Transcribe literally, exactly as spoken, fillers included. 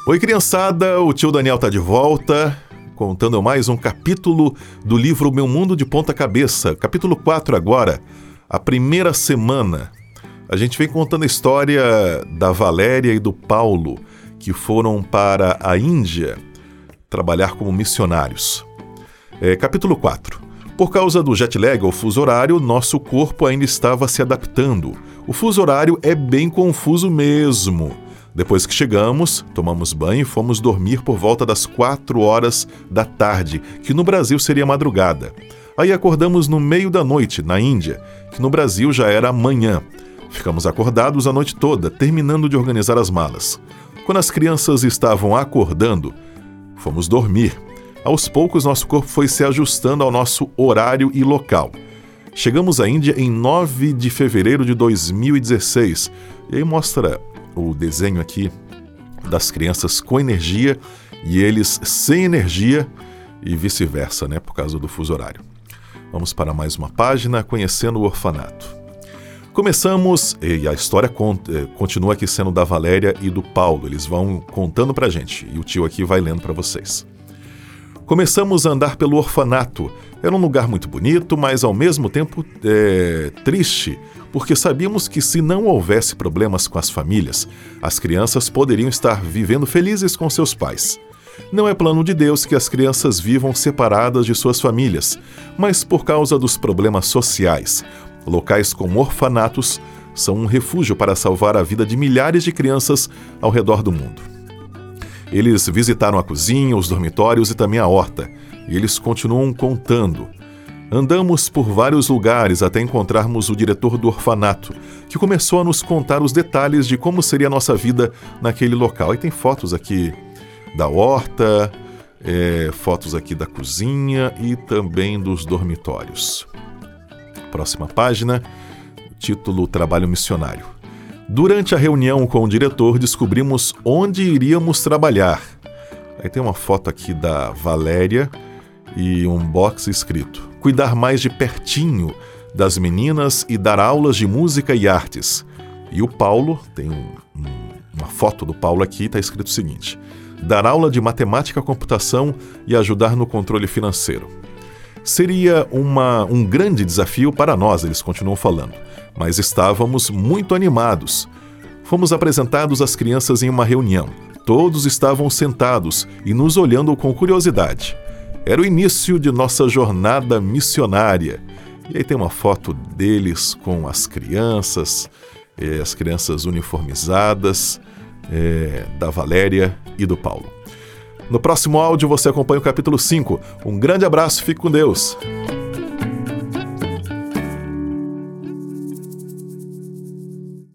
Oi, criançada, o tio Daniel tá de volta, contando mais um capítulo do livro Meu Mundo de Ponta Cabeça, capítulo quatro agora, a primeira semana. A gente vem contando a história da Valéria e do Paulo, que foram para a Índia trabalhar como missionários. É, capítulo quatro. Por causa do jet lag ou fuso horário, nosso corpo ainda estava se adaptando. O fuso horário é bem confuso mesmo. Depois que chegamos, tomamos banho e fomos dormir por volta das quatro horas da tarde, que no Brasil seria madrugada. Aí acordamos no meio da noite, na Índia, que no Brasil já era manhã. Ficamos acordados a noite toda, terminando de organizar as malas. Quando as crianças estavam acordando, fomos dormir. Aos poucos, nosso corpo foi se ajustando ao nosso horário e local. Chegamos à Índia em nove de fevereiro de dois mil e dezesseis. E aí mostra o desenho aqui das crianças com energia e eles sem energia e vice-versa, né, por causa do fuso horário. Vamos para mais uma página, conhecendo o orfanato. Começamos, e a história continua aqui sendo da Valéria e do Paulo, eles vão contando pra gente, e o tio aqui vai lendo para vocês. Começamos a andar pelo orfanato. Era um lugar muito bonito, mas ao mesmo tempo é, triste, porque sabíamos que se não houvesse problemas com as famílias, as crianças poderiam estar vivendo felizes com seus pais. Não é plano de Deus que as crianças vivam separadas de suas famílias, mas por causa dos problemas sociais, locais como orfanatos são um refúgio para salvar a vida de milhares de crianças ao redor do mundo. Eles visitaram a cozinha, os dormitórios e também a horta, e eles continuam contando. Andamos por vários lugares até encontrarmos o diretor do orfanato, que começou a nos contar os detalhes de como seria a nossa vida naquele local. E tem fotos aqui da horta, é, fotos aqui da cozinha e também dos dormitórios. Próxima página, título Trabalho Missionário. Durante a reunião com o diretor, descobrimos onde iríamos trabalhar. Aí tem uma foto aqui da Valéria e um box escrito: cuidar mais de pertinho das meninas e dar aulas de música e artes. E o Paulo, tem um, um, uma foto do Paulo aqui, está escrito o seguinte: dar aula de matemática, computação e ajudar no controle financeiro. Seria uma, um grande desafio para nós, eles continuam falando, mas estávamos muito animados. Fomos apresentados às crianças em uma reunião. Todos estavam sentados e nos olhando com curiosidade. Era o início de nossa jornada missionária. E aí tem uma foto deles com as crianças, eh, as crianças uniformizadas, eh, da Valéria e do Paulo. No próximo áudio você acompanha o capítulo cinco. Um grande abraço, fique com Deus!